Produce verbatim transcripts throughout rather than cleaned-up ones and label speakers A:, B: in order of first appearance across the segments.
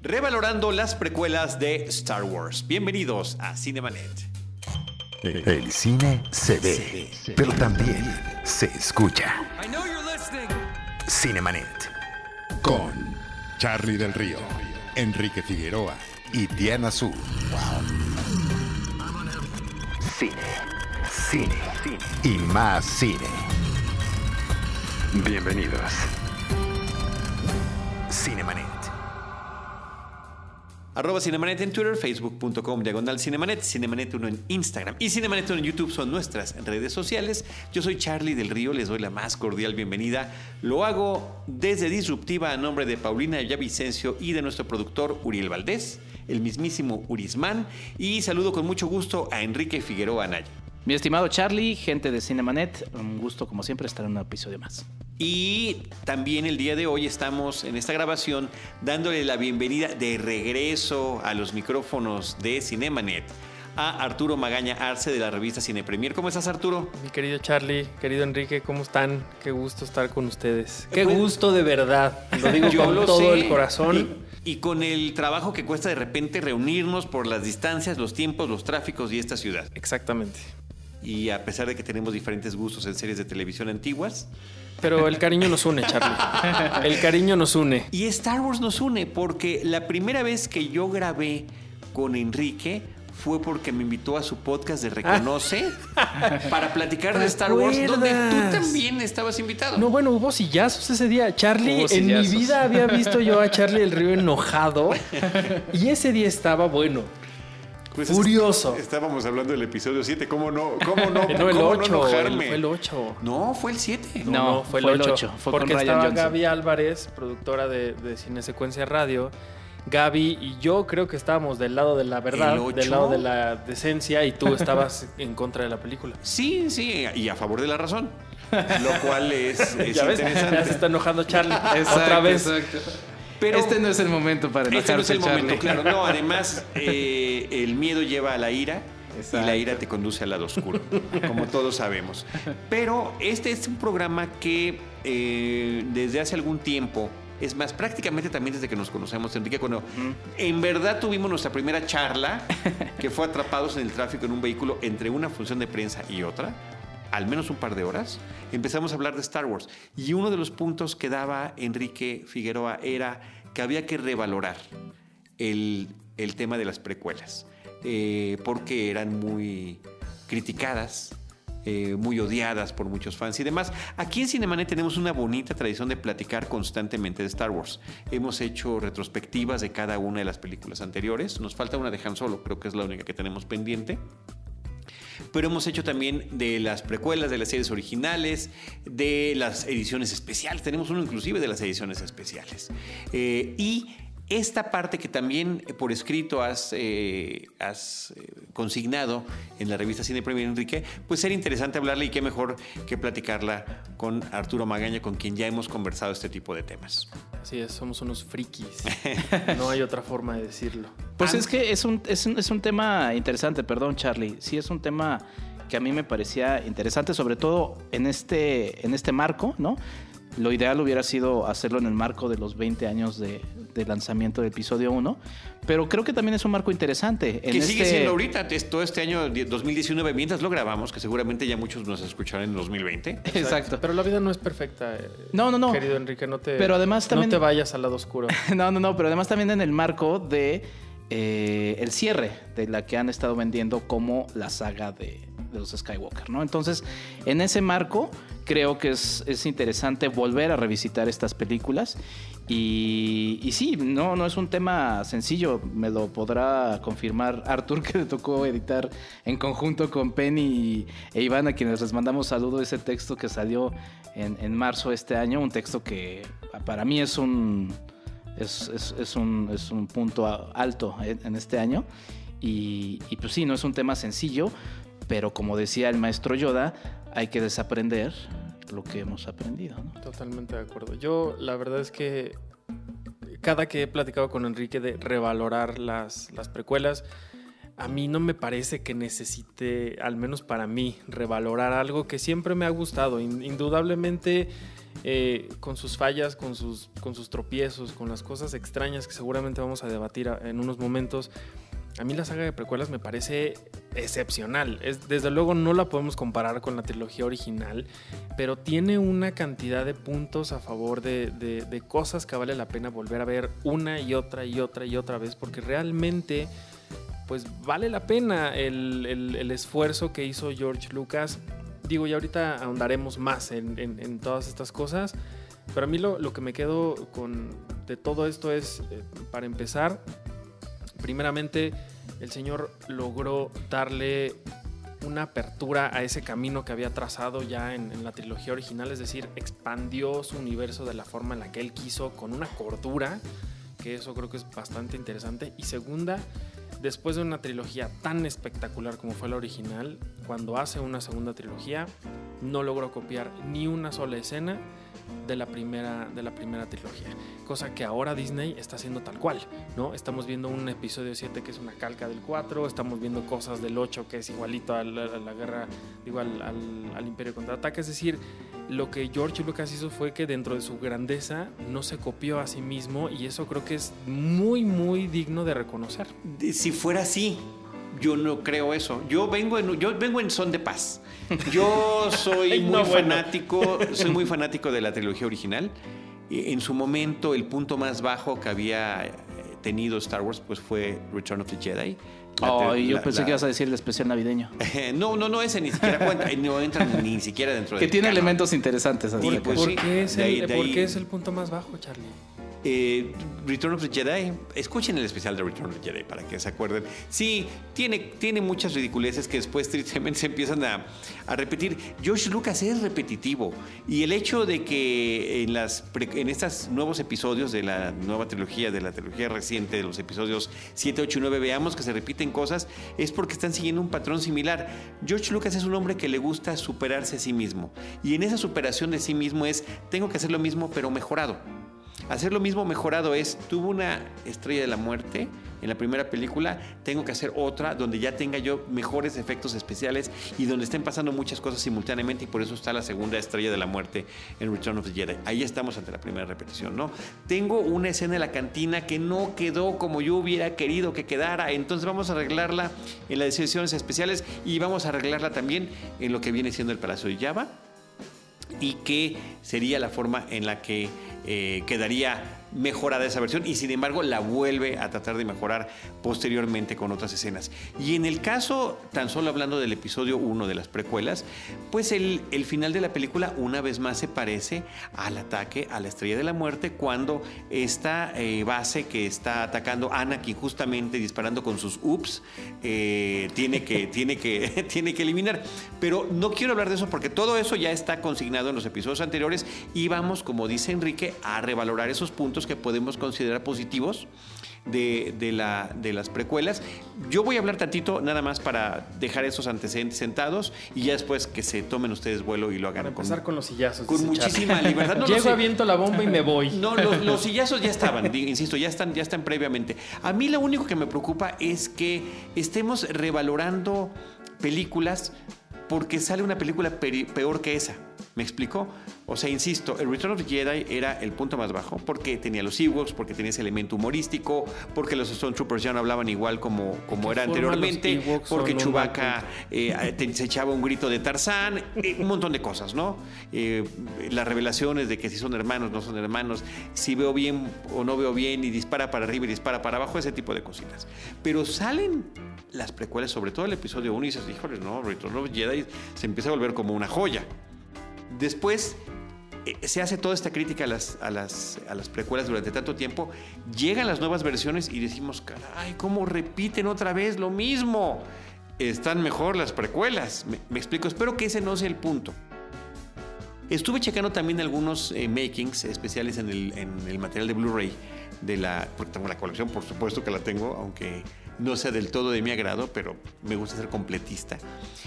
A: revalorando las precuelas de Star Wars. Bienvenidos a Cinemanet.
B: El cine se ve, pero también se escucha. Cinemanet con
C: Charlie del Río, Enrique Figueroa
B: y Diana Su. Cine, cine, cine y más cine. Bienvenidos. Cinemanet.
A: Arroba Cinemanet en Twitter, facebook punto com diagonal Cinemanet, Cinemanet uno en Instagram y Cinemanet uno en YouTube son nuestras redes sociales. Yo soy Charlie del Río, les doy la más cordial bienvenida. Lo hago desde Disruptiva a nombre de Paulina Villavicencio y de nuestro productor Uriel Valdés, el mismísimo Urismán, y saludo con mucho gusto a Enrique Figueroa Anaya.
D: Mi estimado Charlie, gente de Cinemanet, un gusto como siempre estar en un episodio más.
A: Y también el día de hoy estamos en esta grabación dándole la bienvenida de regreso a los micrófonos de Cinemanet a Arturo Magaña Arce de la revista Cine Premier. ¿Cómo estás, Arturo?
E: Mi querido Charlie, querido Enrique, ¿cómo están? Qué gusto estar con ustedes. Qué
A: pues,
E: gusto de verdad. Lo digo
A: yo
E: con
A: lo
E: todo
A: sé.
E: el corazón.
A: Y, y con el trabajo que cuesta de repente reunirnos por las distancias, los tiempos, los tráficos y esta ciudad.
E: Exactamente.
A: Y a pesar de que tenemos diferentes gustos en series de televisión antiguas.
E: Pero el cariño nos une, Charlie. El cariño nos une.
A: Y Star Wars nos une porque la primera vez que yo grabé con Enrique fue porque me invitó a su podcast de Reconoce para platicar de Star Wars, donde tú también estabas invitado.
E: No, bueno, hubo sillazos ese día. Charlie,
D: Hubo
E: en
D: sillazos.
E: mi vida había visto yo a Charlie del Río enojado y ese día estaba bueno.
A: Pues
E: Furioso.
A: es- estábamos hablando del episodio siete. ¿Cómo no? ¿Cómo no?
E: No, el
A: ¿Cómo
E: ocho.
A: no
E: el-
A: enojarme?
E: fue el ocho.
A: No, fue el siete.
D: No, fue el ocho. Fue con
E: porque
D: Ryan
E: estaba
D: Johnson.
E: Gaby Álvarez, productora de, de Cine Secuencia Radio. Gaby y yo creo que estábamos del lado de la verdad,
A: ¿El ocho?
E: del lado de la decencia, y tú estabas en contra de la película.
A: Sí, sí, y a favor de la razón. Lo cual es, es
E: ¿Ya ves?
A: interesante.
E: Ya se está enojando Charlie.
D: Exacto,
E: Otra vez.
D: exacto.
A: Pero
D: este no es el momento para enojarse,
A: este no es el
D: Charlie.
A: momento, claro. No, además, eh, el miedo lleva a la ira.
D: Exacto.
A: Y la ira te conduce al lado oscuro, como todos sabemos. Pero este es un programa que eh, desde hace algún tiempo, es más, prácticamente también desde que nos conocemos, Enrique, cuando uh-huh. en verdad tuvimos nuestra primera charla, que fue atrapados en el tráfico en un vehículo entre una función de prensa y otra, al menos un par de horas, empezamos a hablar de Star Wars. Y uno de los puntos que daba Enrique Figueroa era que había que revalorar el, el tema de las precuelas. Eh, porque eran muy criticadas, eh, muy odiadas por muchos fans y demás. Aquí en Cinemanet tenemos una bonita tradición de platicar constantemente de Star Wars. Hemos hecho retrospectivas de cada una de las películas anteriores. Nos falta una de Han Solo, creo que es la única que tenemos pendiente. Pero hemos hecho también de las precuelas, de las series originales, de las ediciones especiales. Tenemos uno inclusive de las ediciones especiales. Eh, y esta parte que también por escrito has, eh, has eh, consignado en la revista Cine Premier, Enrique, pues sería interesante hablarle y qué mejor que platicarla con Arturo Magaña, con quien ya hemos conversado este tipo de temas.
E: Así es, somos unos frikis. No hay otra forma de decirlo.
D: Pues es que es un, es, un, es un tema interesante, perdón, Charlie. Sí, es un tema que a mí me parecía interesante, sobre todo en este, en este marco, ¿no? Lo ideal hubiera sido hacerlo en el marco de los veinte años de, de lanzamiento del episodio uno, pero creo que también es un marco interesante. En
A: que sigue
D: este...
A: siendo ahorita, es todo este año dos mil diecinueve, mientras lo grabamos, que seguramente ya muchos nos escucharán en dos mil veinte.
D: Exacto. Exacto.
E: Pero la vida no es perfecta. Eh,
D: no, no, no.
E: Querido Enrique, no te,
D: pero además también...
E: no te vayas al lado oscuro.
D: no, no, no, pero además también en el marco de eh, el cierre de la que han estado vendiendo como la saga de, de los Skywalker, ¿no? Entonces, en ese marco creo que es, es interesante volver a revisitar estas películas y, y sí, no, no es un tema sencillo, me lo podrá confirmar Artur, que le tocó editar en conjunto con Penny e Iván, a quienes les mandamos saludo, ese texto que salió en, en marzo de este año, un texto que para mí es un, es, es, es un, es un punto alto en, en este año y, y pues sí, no es un tema sencillo, pero como decía el maestro Yoda, hay que desaprender lo que hemos aprendido, ¿no?
E: Totalmente de acuerdo. Yo la verdad es que cada que he platicado con Enrique de revalorar las, las precuelas, a mí no me parece que necesite, al menos para mí, revalorar algo que siempre me ha gustado. Indudablemente eh, con sus fallas, con sus, con sus tropiezos, con las cosas extrañas que seguramente vamos a debatir a, en unos momentos. A mí la saga de precuelas me parece excepcional. Es, desde luego no la podemos comparar con la trilogía original, pero tiene una cantidad de puntos a favor de, de, de cosas que vale la pena volver a ver una y otra y otra y otra vez, porque realmente pues vale la pena el, el, el esfuerzo que hizo George Lucas. Digo, y ahorita ahondaremos más en, en, en todas estas cosas, pero a mí lo, lo que me quedo con de todo esto es, eh, para empezar, primeramente, el señor logró darle una apertura a ese camino que había trazado ya en, en la trilogía original, es decir, expandió su universo de la forma en la que él quiso, con una cordura, que eso creo que es bastante interesante. Y segunda, después de una trilogía tan espectacular como fue la original, cuando hace una segunda trilogía, no logró copiar ni una sola escena de la primera, de la primera trilogía, cosa que ahora Disney está haciendo tal cual, ¿no? Estamos viendo un episodio siete que es una calca del cuatro, estamos viendo cosas del ocho que es igualito a la, a la guerra, digo, al, al, al Imperio Contraataca. Es decir, lo que George Lucas hizo fue que dentro de su grandeza no se copió a sí mismo, y eso creo que es muy, muy digno de reconocer.
A: Si fuera así, yo no creo eso. Yo vengo en, yo vengo en son de paz. Yo soy
E: Ay,
A: muy
E: no, bueno.
A: fanático, soy muy fanático de la trilogía original. En su momento, el punto más bajo que había tenido Star Wars pues fue Return of the Jedi. La,
D: Oh, y yo
A: la,
D: pensé
A: la,
D: que ibas a decir el especial navideño.
A: no, no, no, ese ni siquiera cuenta, no entra ni, ni siquiera dentro de.
D: Que tiene elementos interesantes. Así
A: Y
D: de
A: pues
E: ¿Por,
A: sí,
E: qué es
A: de ahí-
E: el,
A: de
E: ¿por
A: ahí-
E: qué es el punto más bajo, Charlie?
A: Eh, Return of the Jedi, escuchen el especial de Return of the Jedi para que se acuerden. Sí, tiene, tiene muchas ridiculeces que después tristemente se empiezan a, a repetir. George Lucas es repetitivo, y el hecho de que en, las, en estos nuevos episodios de la nueva trilogía, de la trilogía reciente, de los episodios siete, ocho y nueve, veamos que se repiten cosas, es porque están siguiendo un patrón similar. George Lucas es un hombre que le gusta superarse a sí mismo, y en esa superación de sí mismo es, tengo que hacer lo mismo pero mejorado. Hacer lo mismo mejorado es, tuvo una Estrella de la Muerte en la primera película, tengo que hacer otra donde ya tenga yo mejores efectos especiales y donde estén pasando muchas cosas simultáneamente, y por eso está la segunda Estrella de la Muerte en Return of the Jedi. Ahí estamos ante la primera repetición, ¿no? Tengo una escena en la cantina que no quedó como yo hubiera querido que quedara, entonces vamos a arreglarla en las ediciones especiales, y vamos a arreglarla también en lo que viene siendo el Palacio de Jabba, y que sería la forma en la que eh, quedaría mejorada esa versión, y sin embargo la vuelve a tratar de mejorar posteriormente con otras escenas. Y en el caso, tan solo hablando del episodio uno de las precuelas, pues el, el final de la película una vez más se parece al ataque a la Estrella de la Muerte, cuando esta eh, base que está atacando Anakin, justamente disparando con sus ups, eh, tiene, que, tiene, que, tiene que eliminar. Pero no quiero hablar de eso porque todo eso ya está consignado en los episodios anteriores, y vamos, como dice Enrique, a revalorar esos puntos que podemos considerar positivos de, de, la, de las precuelas. Yo voy a hablar tantito nada más para dejar esos antecedentes sentados, y ya después que se tomen ustedes vuelo y lo hagan
E: Para empezar con, con los sillazos.
A: con
E: dice
A: muchísima
E: Charlie.
A: libertad. No,
E: Llego,
A: no sé.
E: aviento la bomba y me voy.
A: No, los, los sillazos ya estaban, digo, insisto, ya están, ya están previamente. A mí lo único que me preocupa es que estemos revalorando películas porque sale una película peri- peor que esa. ¿Me explico? O sea, insisto, el Return of the Jedi era el punto más bajo porque tenía los Ewoks, porque tenía ese elemento humorístico, porque los Stormtroopers ya no hablaban igual como, como era anteriormente, porque Chewbacca eh, te, se echaba un grito de Tarzán, eh, un montón de cosas, ¿no? Eh, las revelaciones de que si son hermanos, no son hermanos, si veo bien o no veo bien, y dispara para arriba y dispara para abajo, ese tipo de cositas. Pero salen las precuelas, sobre todo el episodio uno, y dices, híjole, no, Return of the Jedi se empieza a volver como una joya. Después eh, se hace toda esta crítica a las, a, las, a las precuelas durante tanto tiempo, llegan las nuevas versiones y decimos, caray, ¿cómo repiten otra vez lo mismo? Están mejor las precuelas. Me, me explico, espero que ese no sea el punto. Estuve checando también algunos eh, makings especiales en el, en el material de Blu-ray de la... Porque tengo la colección, por supuesto que la tengo, aunque no sea del todo de mi agrado, pero me gusta ser completista.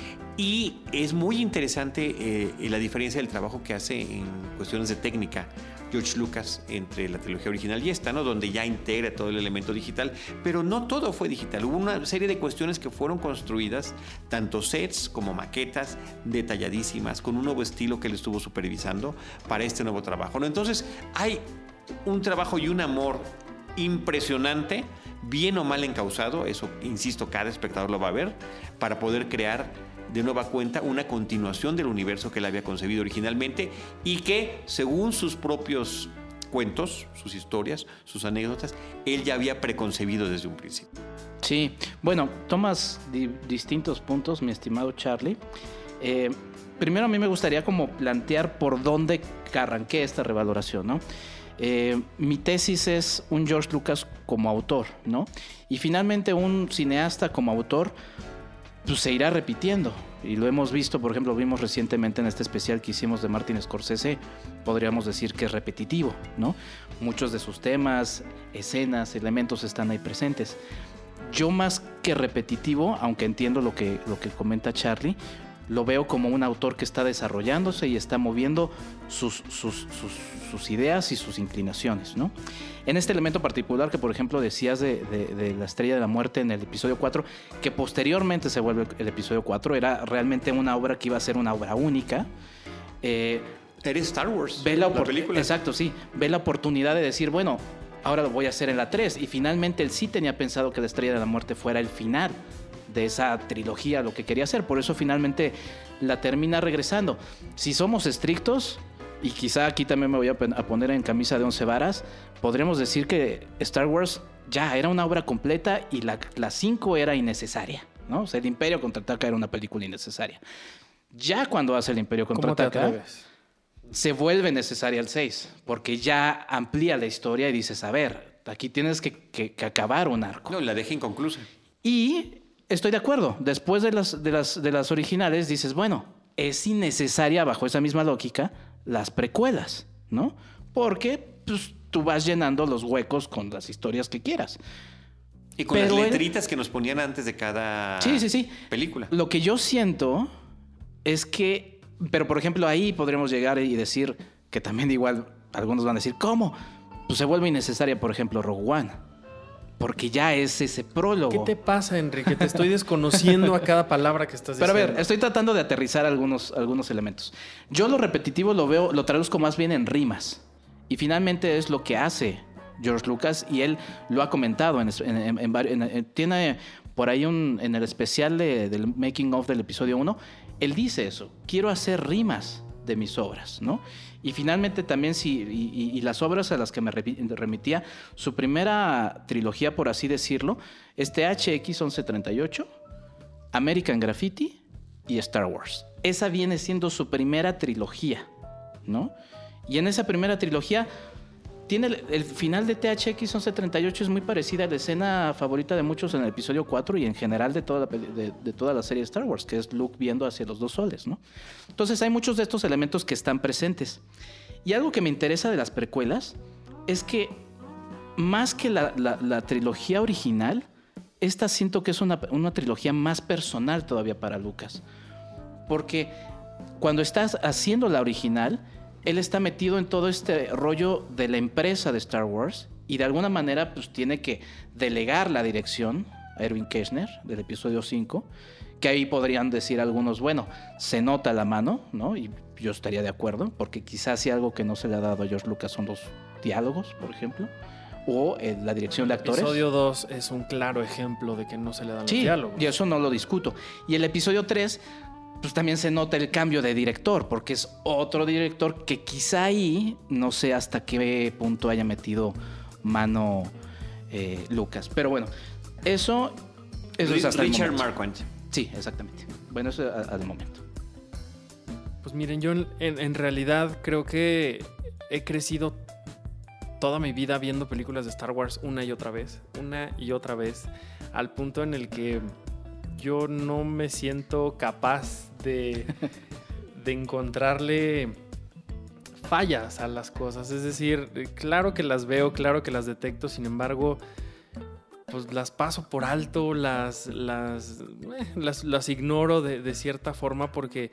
A: Y es muy interesante eh, la diferencia del trabajo que hace en cuestiones de técnica George Lucas entre la trilogía original y esta, ¿no? Donde ya integra todo el elemento digital, pero no todo fue digital. Hubo una serie de cuestiones que fueron construidas, tanto sets como maquetas detalladísimas, con un nuevo estilo que él estuvo supervisando para este nuevo trabajo, ¿no? Entonces, hay un trabajo y un amor impresionante, bien o mal encausado, eso, insisto, cada espectador lo va a ver, para poder crear de nueva cuenta una continuación del universo que él había concebido originalmente y que, según sus propios cuentos, sus historias, sus anécdotas, él ya había preconcebido desde un principio.
D: Sí, bueno, tomas di- distintos puntos, mi estimado Charlie. Eh, primero a mí me gustaría como plantear por dónde arranqué esta revaloración, ¿no? Eh, mi tesis es un George Lucas como autor, ¿no? Y finalmente un cineasta como autor pues se irá repitiendo. Y lo hemos visto, por ejemplo, vimos recientemente en este especial que hicimos de Martin Scorsese, podríamos decir que es repetitivo, ¿no? Muchos de sus temas, escenas, elementos están ahí presentes. Yo más que repetitivo, aunque entiendo lo que, lo que comenta Charlie, lo veo como un autor que está desarrollándose y está moviendo sus, sus, sus, sus ideas y sus inclinaciones, ¿no? En este elemento particular que, por ejemplo, decías de, de, de La Estrella de la Muerte en el episodio cuatro, que posteriormente se vuelve el episodio cuatro, era realmente una obra que iba a ser una obra única. Eh,
A: Eres Star Wars,
D: ve la,
A: la
D: opor-
A: película.
D: Exacto, sí. Ve la oportunidad de decir, bueno, ahora lo voy a hacer en la tres. Y finalmente él sí tenía pensado que La Estrella de la Muerte fuera el final de esa trilogía, lo que quería hacer. Por eso finalmente la termina regresando. Si somos estrictos, y quizá aquí también me voy a poner en camisa de once varas, podremos decir que Star Wars ya era una obra completa y la cinco era innecesaria, ¿no? O sea, el Imperio Contraataca era una película innecesaria. Ya cuando hace el Imperio
E: ¿Cómo te
D: Contraataca,
E: atreves?
D: se vuelve necesaria el seis, porque ya amplía la historia y dices, a ver, aquí tienes que, que, que acabar un arco.
A: No, la deja inconclusa.
D: Y estoy de acuerdo, después de las, de, las, de las originales dices, bueno, es innecesaria bajo esa misma lógica las precuelas, ¿no? Porque pues, tú vas llenando los huecos con las historias que quieras.
A: Y con
D: Pero
A: las
D: él-
A: letritas que nos ponían antes de cada
D: Sí, sí, sí.
A: película.
D: Lo que yo siento es que, pero por ejemplo ahí podríamos llegar y decir que también igual algunos van a decir, ¿cómo? Pues se vuelve innecesaria, por ejemplo, Rogue One. Porque ya es ese prólogo.
E: ¿Qué te pasa, Enrique? Te estoy desconociendo a cada palabra que estás
D: Pero a
E: diciendo.
D: ver, estoy tratando de aterrizar algunos, algunos elementos. Yo lo repetitivo lo veo, lo traduzco más bien en rimas. Y finalmente es lo que hace George Lucas y él lo ha comentado. En, en, en, en, en, en, tiene por ahí un, en el especial de, del making of del episodio uno, él dice eso. Quiero hacer rimas de mis obras, ¿no? Y finalmente también, sí, y, y, y las obras a las que me remitía, su primera trilogía, por así decirlo, es T H X once treinta y ocho, American Graffiti y Star Wars. Esa viene siendo su primera trilogía, ¿no? Y en esa primera trilogía tiene el, el final de T H X once treinta y ocho es muy parecida a la escena favorita de muchos en el episodio cuatro y en general de toda la, de, de toda la serie de Star Wars, que es Luke viendo hacia los dos soles, ¿no? Entonces hay muchos de estos elementos que están presentes. Y algo que me interesa de las precuelas es que más que la, la, la trilogía original, esta siento que es una, una trilogía más personal todavía para Lucas. Porque cuando estás haciendo la original, él está metido en todo este rollo de la empresa de Star Wars y de alguna manera pues tiene que delegar la dirección a Irving Kershner del episodio cinco, que ahí podrían decir algunos, bueno, se nota la mano, ¿no? Y yo estaría de acuerdo, porque quizás si algo que no se le ha dado a George Lucas son los diálogos, por ejemplo, o eh, la dirección de
E: El
D: actores.
E: episodio dos es un claro ejemplo de que no se le dan
D: Sí,
E: los diálogos.
D: y eso no lo discuto. Y el episodio tres, pues también se nota el cambio de director, porque es otro director que quizá ahí, no sé hasta qué punto haya metido mano eh, Lucas. Pero bueno, eso, eso es hasta
A: Richard
D: el momento.
A: Marquand.
D: Sí, exactamente. Bueno, eso a- al momento.
E: Pues miren, yo en, en- en realidad creo que he crecido toda mi vida viendo películas de Star Wars una y otra vez, una y otra vez, al punto en el que yo no me siento capaz de, de encontrarle fallas a las cosas. Es decir, claro que las veo, claro que las detecto, sin embargo, pues las paso por alto, las, las, eh, las, las ignoro de, de cierta forma porque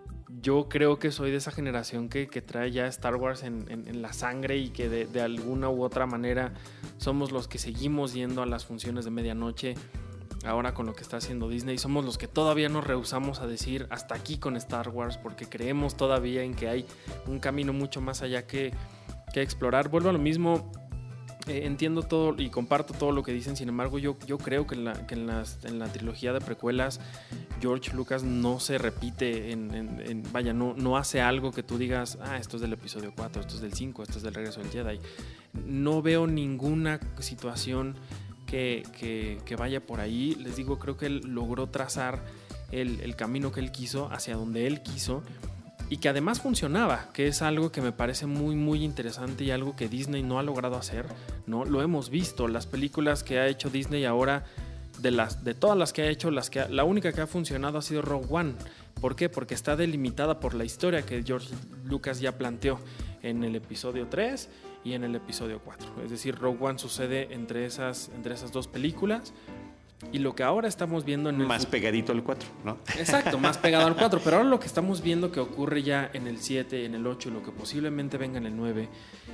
E: yo creo que soy de esa generación que, que trae ya Star Wars en, en, en la sangre y que de, de alguna u otra manera somos los que seguimos yendo a las funciones de medianoche. Ahora con lo que está haciendo Disney, somos los que todavía nos rehusamos a decir hasta aquí con Star Wars porque creemos todavía en que hay un camino mucho más allá que, que explorar. Vuelvo a lo mismo, eh, entiendo todo y comparto todo lo que dicen, sin embargo yo, yo creo que, en la, que en, las, en la trilogía de precuelas George Lucas no se repite, en, en, en, vaya, no, no hace algo que tú digas, ah, esto es del episodio cuatro, esto es del cinco, esto es del regreso del Jedi. No veo ninguna situación Que, que, que vaya por ahí. Les digo, creo que él logró trazar el, el camino que él quiso, hacia donde él quiso, y que además funcionaba, que es algo que me parece muy muy interesante y algo que Disney no ha logrado hacer, ¿no? Lo hemos visto, las películas que ha hecho Disney ahora, de, las, de todas las que ha hecho, las que ha, la única que ha funcionado ha sido Rogue One. ¿Por qué? Porque está delimitada por la historia que George Lucas ya planteó en el episodio tres y en el episodio cuatro. Es decir, Rogue One sucede entre esas, entre esas dos películas y lo que ahora estamos viendo en el
A: más pegadito al cuatro, ¿no?
E: Exacto, más pegado al cuatro, pero ahora lo que estamos viendo que ocurre ya en el siete, en el ocho, lo que posiblemente venga en el nueve,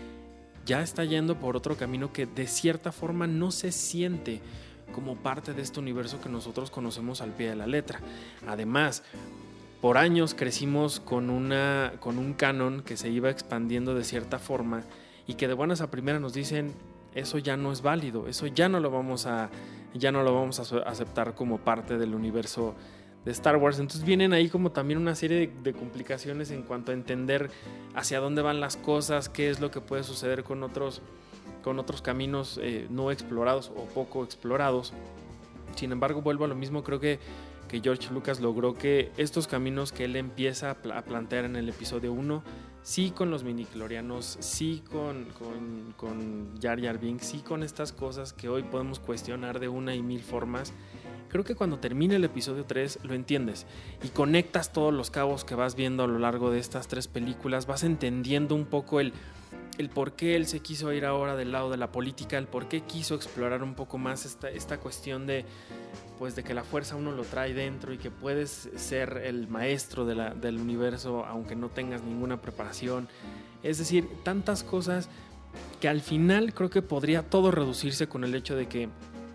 E: ya está yendo por otro camino que de cierta forma no se siente como parte de este universo que nosotros conocemos al pie de la letra. Además, por años crecimos con, una, con un canon que se iba expandiendo de cierta forma y que de buenas a primeras nos dicen, eso ya no es válido, eso ya no lo vamos a, ya no lo vamos a aceptar como parte del universo de Star Wars. Entonces vienen ahí como también una serie de, de complicaciones en cuanto a entender hacia dónde van las cosas, qué es lo que puede suceder con otros, con otros caminos eh, no explorados o poco explorados. Sin embargo, vuelvo a lo mismo, creo que que George Lucas logró que estos caminos que él empieza a, pl- a plantear en el episodio uno, sí con los miniclorianos, sí con, con, con Jar Jar Binks, sí con estas cosas que hoy podemos cuestionar de una y mil formas, creo que cuando termine el episodio tres lo entiendes y conectas todos los cabos que vas viendo a lo largo de estas tres películas, vas entendiendo un poco el, el por qué él se quiso ir ahora del lado de la política, el por qué quiso explorar un poco más esta, esta cuestión de pues de que la fuerza uno lo trae dentro y que puedes ser el maestro de la, del universo aunque no tengas ninguna preparación. Es decir, tantas cosas que al final creo que podría todo reducirse con el hecho de que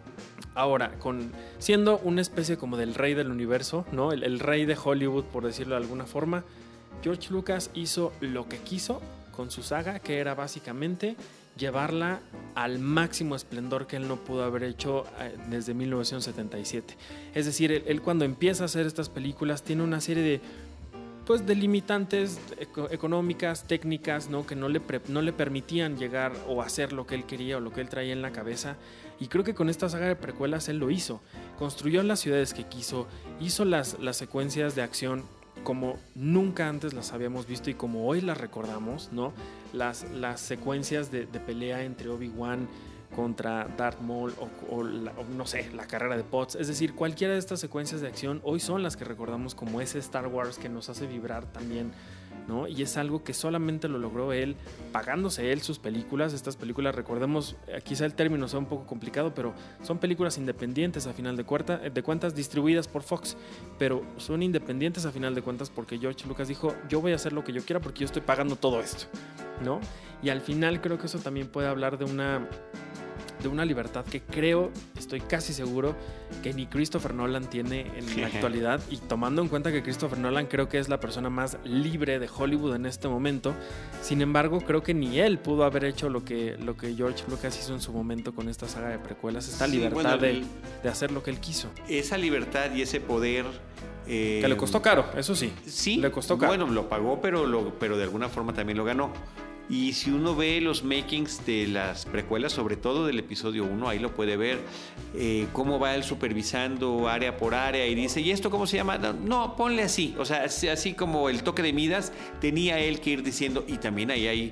E: ahora, con, siendo una especie como del rey del universo, ¿no? el, el rey de Hollywood, por decirlo de alguna forma, George Lucas hizo lo que quiso con su saga, que era básicamente llevarla al máximo esplendor que él no pudo haber hecho desde mil novecientos setenta y siete. Es decir, él, él cuando empieza a hacer estas películas tiene una serie de, pues, de limitantes eco- económicas, técnicas, ¿no? que no le, pre- no le permitían llegar o hacer lo que él quería o lo que él traía en la cabeza. Y creo que con esta saga de precuelas él lo hizo. Construyó las ciudades que quiso, hizo las, las secuencias de acción como nunca antes las habíamos visto y como hoy las recordamos, ¿no? Las, las secuencias de, de pelea entre Obi-Wan contra Darth Maul o, o, la, o no sé, la carrera de Potts. Es decir, cualquiera de estas secuencias de acción hoy son las que recordamos como ese Star Wars que nos hace vibrar también, ¿no? Y es algo que solamente lo logró él, pagándose él sus películas. Estas películas, recordemos, quizá el término sea un poco complicado, pero son películas independientes a final de, cuarta, de cuentas, distribuidas por Fox, pero son independientes a final de cuentas porque George Lucas dijo, yo voy a hacer lo que yo quiera porque yo estoy pagando todo esto, ¿no? Y al final creo que eso también puede hablar de una... de una libertad que creo, estoy casi seguro que ni Christopher Nolan tiene en la actualidad, y tomando en cuenta que Christopher Nolan creo que es la persona más libre de Hollywood en este momento. Sin embargo, creo que ni él pudo haber hecho lo que, lo que George Lucas hizo en su momento con esta saga de precuelas, esta sí, libertad bueno, de, de hacer lo que él quiso.
A: Esa libertad y ese poder... Eh,
E: que le costó caro, eso sí.
A: Sí,
E: le costó caro.
A: Bueno, lo pagó, pero, lo, pero de alguna forma también lo ganó. Y si uno ve los makings de las precuelas, sobre todo del episodio uno, ahí lo puede ver, eh, cómo va él supervisando área por área y dice, ¿y esto cómo se llama? No, no, ponle así. O sea, así como el toque de Midas, tenía él que ir diciendo, y también ahí hay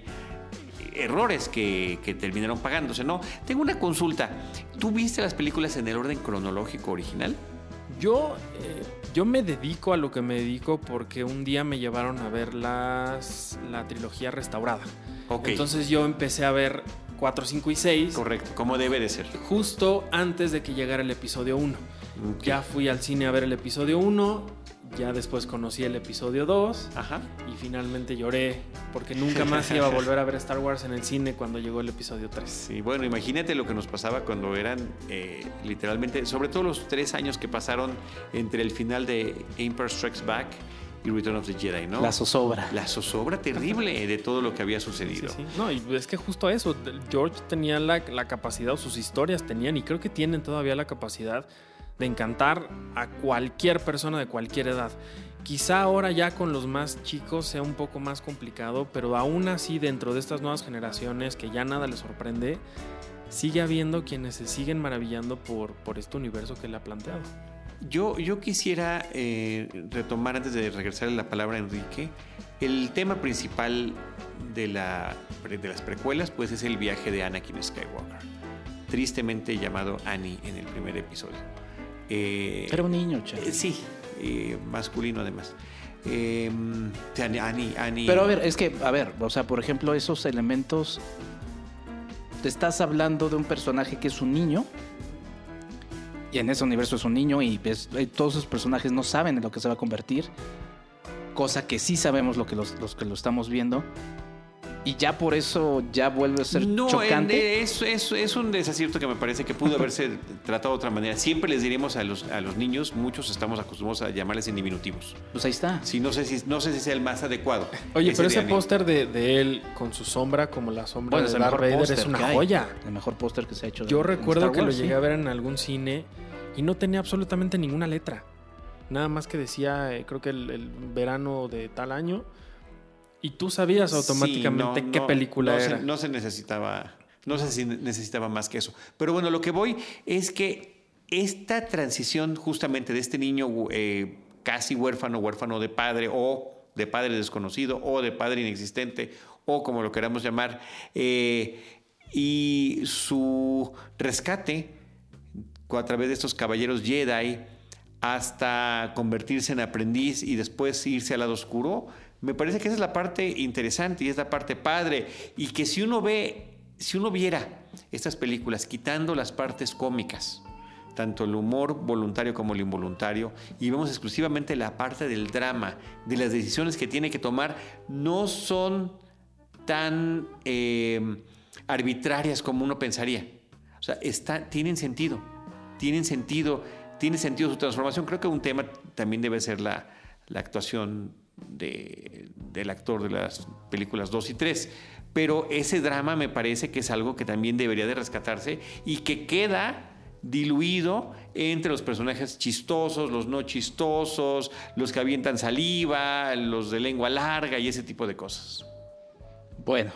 A: errores que, que terminaron pagándose, ¿no? Tengo una consulta. ¿Tú viste las películas en el orden cronológico original?
E: Yo, eh, yo me dedico a lo que me dedico porque un día me llevaron a ver las, la trilogía restaurada.
A: Ok.
E: Entonces yo empecé a ver cuatro, cinco y seis.
A: Correcto, como debe de ser.
E: Justo antes de que llegara el episodio uno.
A: Ok.
E: Ya fui al cine a ver el episodio uno, ya después conocí el episodio dos
A: Ajá.
E: y finalmente lloré porque nunca más iba a volver a ver Star Wars en el cine cuando llegó el episodio tres.
A: Sí, bueno, imagínate lo que nos pasaba cuando eran eh, literalmente, sobre todo los tres años que pasaron entre el final de Empire Strikes Back y Return of the Jedi, ¿no?
D: La zozobra.
A: La zozobra terrible de todo lo que había sucedido.
E: Sí, sí. No, y es que justo eso, George tenía la, la capacidad, o sus historias tenían, y creo que tienen todavía la capacidad de encantar a cualquier persona de cualquier edad. Quizá ahora ya con los más chicos sea un poco más complicado, pero aún así dentro de estas nuevas generaciones que ya nada les sorprende, sigue habiendo quienes se siguen maravillando por, por este universo que él ha planteado.
A: Yo, yo quisiera eh, retomar, antes de regresarle la palabra a Enrique, el tema principal de, la, de las precuelas, pues es el viaje de Anakin Skywalker, tristemente llamado Annie en el primer episodio. Eh,
D: Era un niño, Charlie.
A: eh, sí, eh, masculino además. Eh, Annie, Annie.
D: Pero a ver, es que, a ver, o sea, por ejemplo, esos elementos, te estás hablando de un personaje que es un niño, y en ese universo es un niño, y pues, todos esos personajes no saben en lo que se va a convertir, cosa que sí sabemos lo que los, los que lo estamos viendo, y ya por eso ya vuelve a ser
A: no,
D: chocante.
A: en- es, es, es un desacierto que me parece que pudo haberse tratado de otra manera. Siempre les diremos a los, a los niños, muchos estamos acostumbrados a llamarles en diminutivos.
D: Pues ahí está.
A: Sí, no sé si, no sé si sea el más adecuado.
E: Oye, pero
A: de
E: ese
A: Annie.
E: póster de, de él con su sombra, como la sombra
D: Bueno, es
E: de
D: el
E: Darth
D: mejor
E: Vader,
D: póster
E: es una
D: que hay.
E: joya.
D: El mejor póster que se ha hecho.
E: Yo
D: en
E: recuerdo
D: Star
E: que lo
D: Wars,
E: llegué
D: sí.
E: a ver en algún cine y no tenía absolutamente ninguna letra. Nada más que decía, eh, creo que el, el verano de tal año. Y tú sabías automáticamente
A: Sí, no,
E: qué
A: no,
E: película
A: no
E: era.
A: Se, no se necesitaba, no sé si necesitaba más que eso. Pero bueno, lo que voy es que esta transición justamente de este niño eh, casi huérfano, huérfano de padre, o de padre desconocido, o de padre inexistente, o como lo queramos llamar, eh, y su rescate a través de estos caballeros Jedi hasta convertirse en aprendiz y después irse al lado oscuro, me parece que esa es la parte interesante y es la parte padre, y que si uno ve, si uno viera estas películas quitando las partes cómicas, tanto el humor voluntario como el involuntario, y vemos exclusivamente la parte del drama, de las decisiones que tiene que tomar, no son tan eh, arbitrarias como uno pensaría. O sea, está, tienen sentido, tienen sentido, tiene sentido su transformación. Creo que un tema también debe ser la, la actuación de, del actor de las películas dos y tres. Pero ese drama me parece que es algo que también debería de rescatarse y que queda diluido entre los personajes chistosos, los no chistosos, los que avientan saliva, los de lengua larga y ese tipo de cosas.
D: Bueno,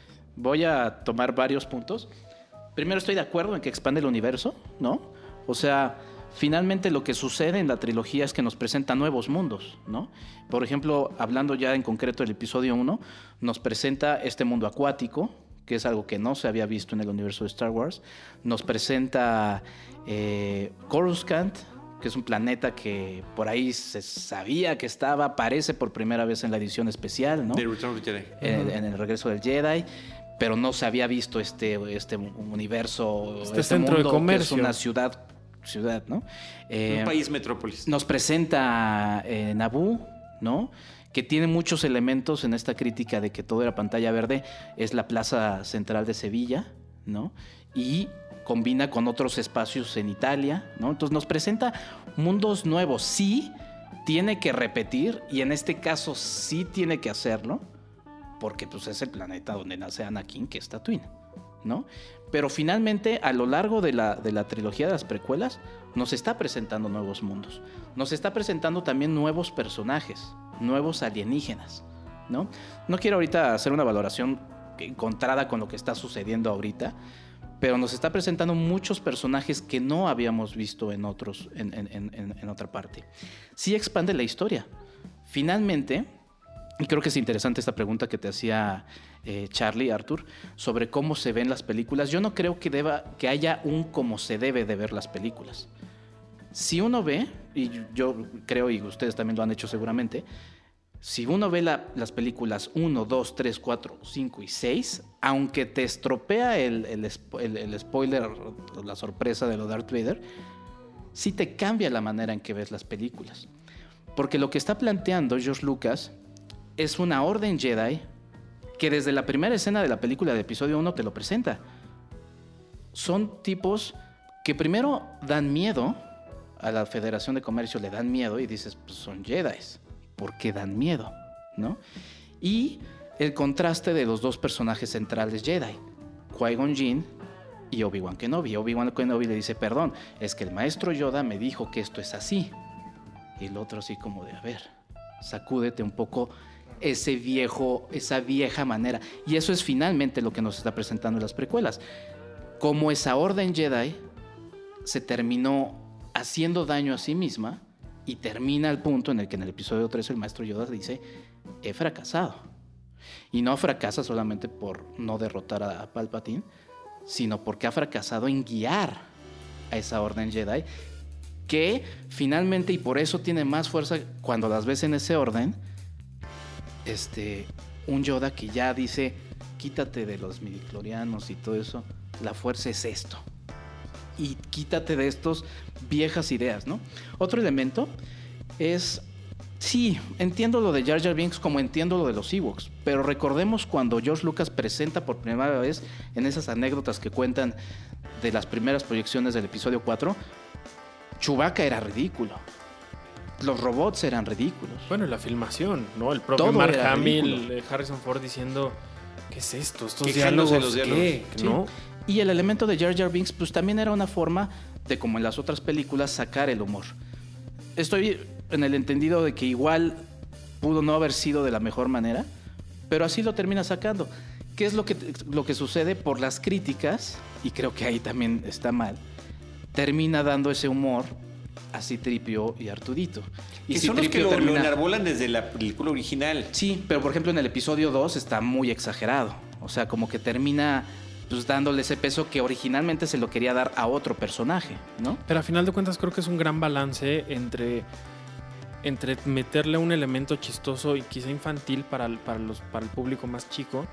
D: voy a tomar varios puntos. Primero, estoy de acuerdo en que expande el universo, ¿no? O sea, finalmente lo que sucede en la trilogía es que nos presenta nuevos mundos, ¿no? Por ejemplo, hablando ya en concreto del episodio uno, nos presenta este mundo acuático, que es algo que no se había visto en el universo de Star Wars. Nos presenta eh, Coruscant, que es un planeta que por ahí se sabía que estaba, aparece por primera vez en la edición especial, ¿no?
A: The Return of the Jedi.
D: En, en el regreso del Jedi, pero no se había visto este, este universo,
E: Este
D: este
E: centro de
D: mundo, que
E: comercio.
D: es una ciudad, ciudad, ¿no? Eh,
A: Un país metrópolis.
D: nos presenta eh, Naboo, ¿no? Que tiene muchos elementos en esta crítica de que todo era pantalla verde, es la plaza central de Sevilla, ¿no? Y combina con otros espacios en Italia, ¿no? Entonces nos presenta mundos nuevos. Sí, tiene que repetir, y en este caso sí tiene que hacerlo, porque pues es el planeta donde nace Anakin, que es Tatooine, ¿no? Pero finalmente, a lo largo de la, de la trilogía de las precuelas, nos está presentando nuevos mundos. Nos está presentando también nuevos personajes, nuevos alienígenas, ¿no? No quiero ahorita hacer una valoración encontrada con lo que está sucediendo ahorita, pero nos está presentando muchos personajes que no habíamos visto en, otros, en, en, en, en otra parte. Sí expande la historia. Finalmente, y creo que es interesante esta pregunta que te hacía eh, Charlie, Arthur, sobre cómo se ven las películas. Yo no creo que, deba, que haya un cómo se debe de ver las películas. Si uno ve, y yo creo, y ustedes también lo han hecho seguramente, si uno ve la, las películas uno, dos, tres, cuatro, cinco y seis, aunque te estropea el, el, el, el spoiler, la sorpresa de lo de Darth Vader, sí te cambia la manera en que ves las películas. Porque lo que está planteando George Lucas es una orden Jedi que desde la primera escena de la película de episodio uno te lo presenta. Son tipos que primero dan miedo, a la Federación de Comercio le dan miedo y dices, pues son Jedis, ¿por qué dan miedo? ¿No? Y el contraste de los dos personajes centrales Jedi, Qui-Gon Jinn y Obi-Wan Kenobi. Obi-Wan Kenobi le dice, perdón, es que el maestro Yoda me dijo que esto es así. Y el otro así como de, a ver, sacúdete un poco ese viejo, esa vieja manera. Y eso es finalmente lo que nos está presentando en las precuelas. Cómo esa orden Jedi se terminó haciendo daño a sí misma y termina al punto en el que en el episodio tres el maestro Yoda dice, he fracasado. Y no fracasa solamente por no derrotar a Palpatine, sino porque ha fracasado en guiar a esa orden Jedi, que finalmente, y por eso tiene más fuerza cuando las ves en ese orden, este, un Yoda que ya dice, quítate de los midichlorianos y todo eso, la fuerza es esto. Y quítate de estos viejas ideas, ¿no? Otro elemento es, sí, entiendo lo de Jar Jar Binks como entiendo lo de los Ewoks, pero recordemos cuando George Lucas presenta por primera vez en esas anécdotas que cuentan de las primeras proyecciones del episodio cuatro, Chewbacca era ridículo. Los robots eran ridículos.
E: Bueno, la filmación, ¿no? El propio
D: Todo
E: Mark
D: era
E: Hamill,
D: ridículo.
E: eh, Harrison Ford diciendo, ¿qué es esto? Estos
A: Quejándose de
E: diálogos,
A: los
E: ¿qué?
A: diálogos.
D: Sí.
E: ¿No?
D: Y el elemento de Jar Jar Binks pues también era una forma de, como en las otras películas, sacar el humor. Estoy en el entendido de que igual pudo no haber sido de la mejor manera, pero así lo termina sacando. ¿Qué es lo que, lo que sucede? Por las críticas, y creo que ahí también está mal, termina dando ese humor a C-3PO y Artudito. Y
A: Que son los que
D: C-3PO
A: lo,
D: termina-
A: lo enarbolan desde la película original.
D: Sí, pero por ejemplo en el episodio dos está muy exagerado. O sea, como que termina pues dándole ese peso que originalmente se lo quería dar a otro personaje, ¿no?
E: Pero a final de cuentas creo que es un gran balance entre, entre meterle un elemento chistoso y quizá infantil para el, para, los, para el público más chico,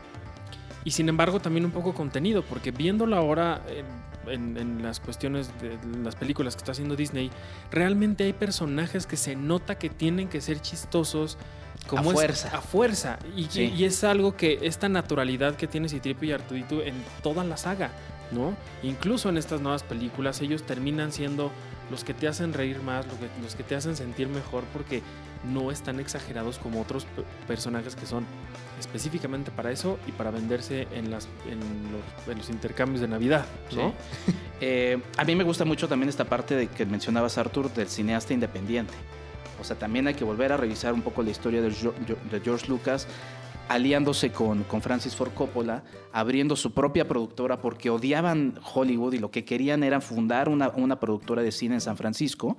E: y sin embargo también un poco contenido, porque viéndolo ahora en, en, en las cuestiones de las películas que está haciendo Disney, realmente hay personajes que se nota que tienen que ser chistosos como
D: A
E: es-
D: fuerza.
E: a fuerza. Y,
D: Sí.
E: y es algo que, esta naturalidad que tiene C-tres P O y Artudito en toda la saga, ¿no? Incluso en estas nuevas películas ellos terminan siendo los que te hacen reír más, los que, los que te hacen sentir mejor, porque no están exagerados como otros pe- personajes que son específicamente para eso y para venderse en, las, en, los, en los intercambios de Navidad, ¿no?
D: Sí. Eh, a mí me gusta mucho también esta parte de que mencionabas, Arthur, del cineasta independiente. O sea, también hay que volver a revisar un poco la historia de, Jo- de George Lucas, aliándose con, con Francis Ford Coppola, abriendo su propia productora porque odiaban Hollywood y lo que querían era fundar una, una productora de cine en San Francisco.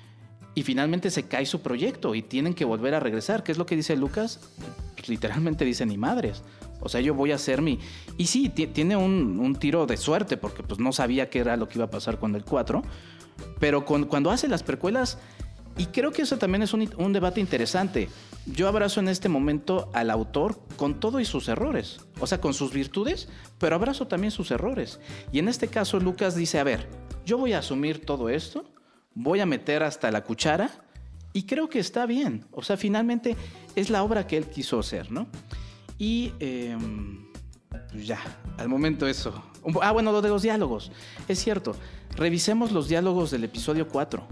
D: Y finalmente se cae su proyecto y tienen que volver a regresar. ¿Qué es lo que dice Lucas? Pues literalmente dice, ni madres. O sea, yo voy a hacer mi... Y sí, t- tiene un, un tiro de suerte porque pues no sabía qué era lo que iba a pasar con el cuatro. Pero con, cuando hace las precuelas... Y creo que eso también es un, un debate interesante. Yo abrazo en este momento al autor con todo y sus errores. O sea, con sus virtudes, pero abrazo también sus errores. Y en este caso Lucas dice, a ver, yo voy a asumir todo esto, voy a meter hasta la cuchara y creo que está bien. O sea, finalmente es la obra que él quiso hacer, ¿no? Y eh, pues ya, al momento eso. Ah, bueno, lo de los diálogos. Es cierto, revisemos los diálogos del episodio cuatro.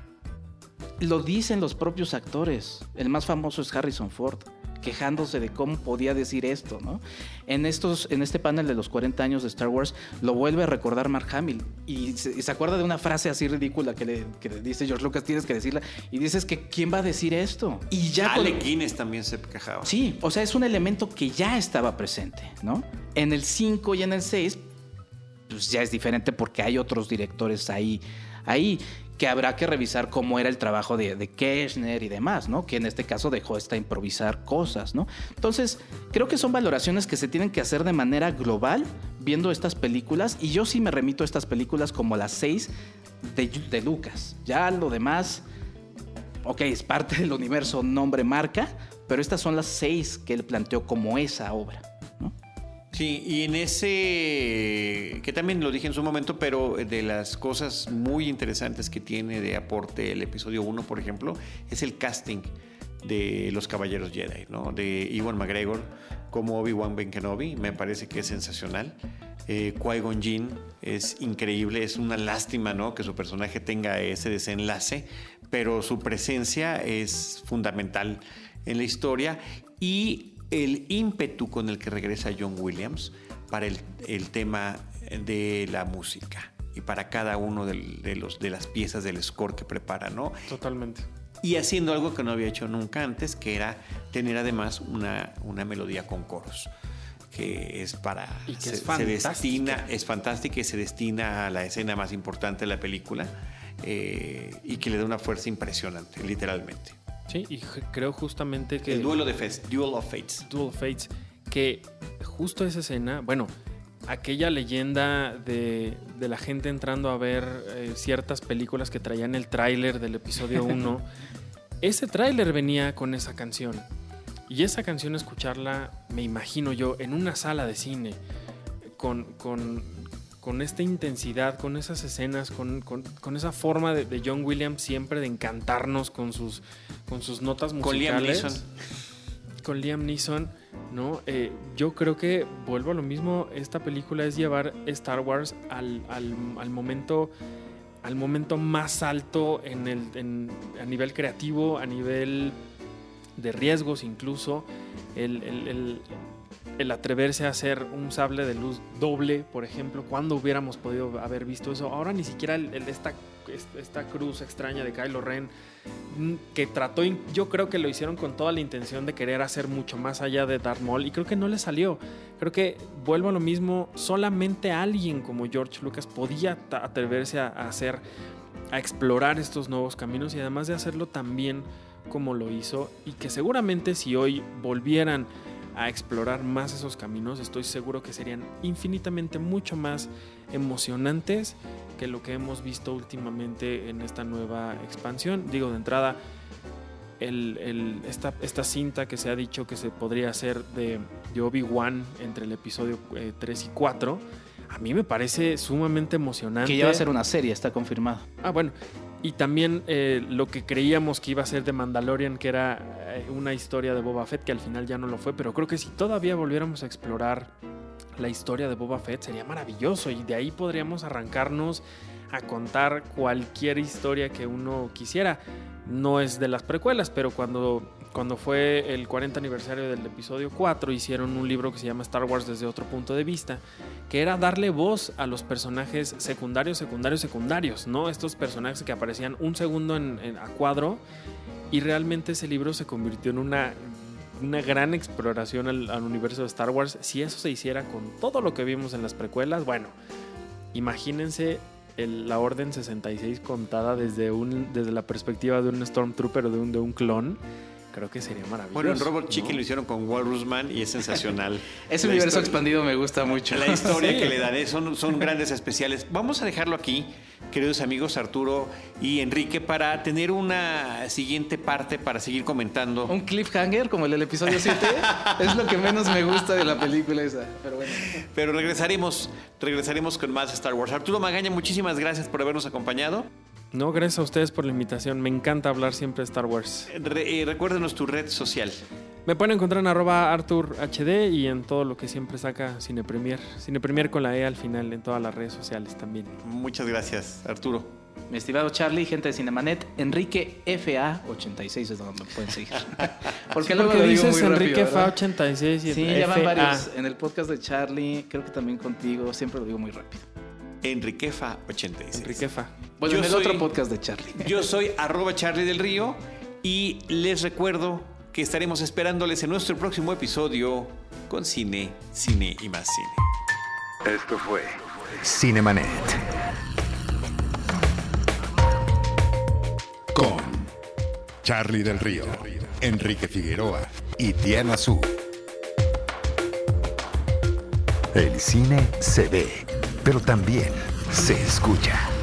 D: Lo dicen los propios actores. El más famoso es Harrison Ford, quejándose de cómo podía decir esto, ¿no? En, estos, en este panel de los cuarenta años de Star Wars lo vuelve a recordar Mark Hamill y se, y se acuerda de una frase así ridícula que le, que le dice George Lucas, tienes que decirla, y dices que ¿quién va a decir esto? Y ya con-
A: Alec Guinness también se quejaba.
D: Sí, o sea, es un elemento que ya estaba presente, ¿no? En el cinco y en el seis, pues ya es diferente porque hay otros directores ahí, ahí que habrá que revisar cómo era el trabajo de, de Keshner y demás, ¿no? Que en este caso dejó esta improvisar cosas, ¿no? Entonces, creo que son valoraciones que se tienen que hacer de manera global viendo estas películas, y yo sí me remito a estas películas como las seis de, de Lucas. Ya lo demás, ok, es parte del universo nombre marca, pero estas son las seis que él planteó como esa obra, ¿no?
A: Sí, y en ese, que también lo dije en su momento, pero de las cosas muy interesantes que tiene de aporte el episodio uno, por ejemplo, es el casting de los Caballeros Jedi, ¿no? De Ewan McGregor como Obi-Wan Ben Kenobi, me parece que es sensacional. Eh, Qui-Gon Jinn es increíble, es una lástima, ¿no?, que su personaje tenga ese desenlace, pero su presencia es fundamental en la historia, y el ímpetu con el que regresa John Williams para el, el tema de la música y para cada uno de, de, los, de las piezas del score que prepara, ¿no?
E: Totalmente.
A: Y haciendo algo que no había hecho nunca antes, que era tener además una, una melodía con coros, que es para...
E: Y que
A: se,
E: es
A: se destina, es fantástica y se destina a la escena más importante de la película, eh, y que le da una fuerza impresionante, literalmente.
E: Sí, y creo justamente que...
A: El duelo de Fates, Duel of Fates.
E: Duel of Fates, que justo esa escena, bueno, aquella leyenda de, de la gente entrando a ver eh, ciertas películas que traían el tráiler del episodio uno, ese tráiler venía con esa canción. Y esa canción, escucharla, me imagino yo, en una sala de cine, con, con, con esta intensidad, con esas escenas, con, con, con esa forma de, de John Williams siempre de encantarnos con sus, con sus notas musicales.
A: Con Liam Neeson.
E: Con Liam Neeson, ¿no? Eh, yo creo que, vuelvo a lo mismo, esta película es llevar Star Wars al, al, al momento... al momento más alto en el, en, a nivel creativo, a nivel de riesgos incluso, el, el, el, el atreverse a hacer un sable de luz doble, por ejemplo. ¿Cuándo hubiéramos podido haber visto eso? Ahora ni siquiera el, el, esta, esta cruz extraña de Kylo Ren, que trató, yo creo que lo hicieron con toda la intención de querer hacer mucho más allá de Darth Maul, y creo que no le salió. Creo que, vuelvo a lo mismo, solamente alguien como George Lucas podía atreverse a, a hacer, a explorar estos nuevos caminos, y además de hacerlo tan bien como lo hizo, y que seguramente si hoy volvieran a explorar más esos caminos, estoy seguro que serían infinitamente mucho más emocionantes que lo que hemos visto últimamente en esta nueva expansión. Digo, de entrada, el, el, esta, esta cinta que se ha dicho que se podría hacer de, de Obi-Wan entre el episodio eh, tres y cuatro, a mí me parece sumamente emocionante.
D: Que ya va a ser una serie, está confirmado.
E: Ah, bueno. Y también eh, lo que creíamos que iba a ser de Mandalorian, que era eh, una historia de Boba Fett, que al final ya no lo fue, pero creo que si todavía volviéramos a explorar la historia de Boba Fett sería maravilloso, y de ahí podríamos arrancarnos a contar cualquier historia que uno quisiera. No es de las precuelas, pero cuando, cuando fue el cuarenta aniversario del episodio cuatro, hicieron un libro que se llama Star Wars desde otro punto de vista, que era darle voz a los personajes secundarios, secundarios, secundarios, ¿no? Estos personajes que aparecían un segundo en, en, a cuadro, y realmente ese libro se convirtió en una, una gran exploración al, al universo de Star Wars. Si eso se hiciera con todo lo que vimos en las precuelas, bueno, imagínense el, la Orden sesenta y seis contada desde, un, desde la perspectiva de un Stormtrooper o de un, de un clon. Creo que sería maravilloso.
A: Bueno, en Robot
E: ¿no?
A: Chicken lo hicieron con Walrus Man y es sensacional.
D: Ese
A: La
D: universo
A: historia,
D: expandido me gusta mucho.
A: La historia
E: Sí.
A: que le daré son, son grandes especiales. Vamos a dejarlo aquí, queridos amigos Arturo y Enrique, para tener una siguiente parte para seguir comentando.
D: Un cliffhanger como el del episodio siete es lo que menos me gusta de la película esa. Pero bueno.
A: Pero regresaremos, regresaremos con más Star Wars. Arturo Magaña, muchísimas gracias por habernos acompañado.
E: No, gracias a ustedes por la invitación. Me encanta hablar siempre de Star Wars.
A: Re, eh, recuérdenos tu red social.
E: Me pueden encontrar en arroba Artur H D y en todo lo que siempre saca Cine Premier. Cine Premier con la E al final en todas las redes sociales también.
A: Muchas gracias, Arturo.
D: Mi estimado Charlie, gente de Cinemanet, Enrique F A ochenta y seis es donde me pueden seguir. Porque luego
E: Porque
D: lo digo
E: dices
D: muy
E: Enrique
D: rápido,
E: F A
D: ¿verdad?
E: ochenta y seis y
D: Sí,
E: F A.
D: ya van varios. En el podcast de Charlie, creo que también contigo, siempre lo digo muy rápido.
A: Enriquefa ochenta y seis.
E: Enrique F A.
D: Bueno,
A: Yo
D: en el
A: soy-
D: otro podcast de Charlie.
A: Yo soy arroba Charlie del Río y les recuerdo que estaremos esperándoles en nuestro próximo episodio con cine, cine y más cine.
B: Esto fue Cinemanet.
C: Con Charlie del Río, Enrique Figueroa y Diana Su.
B: El cine se ve, pero también se escucha.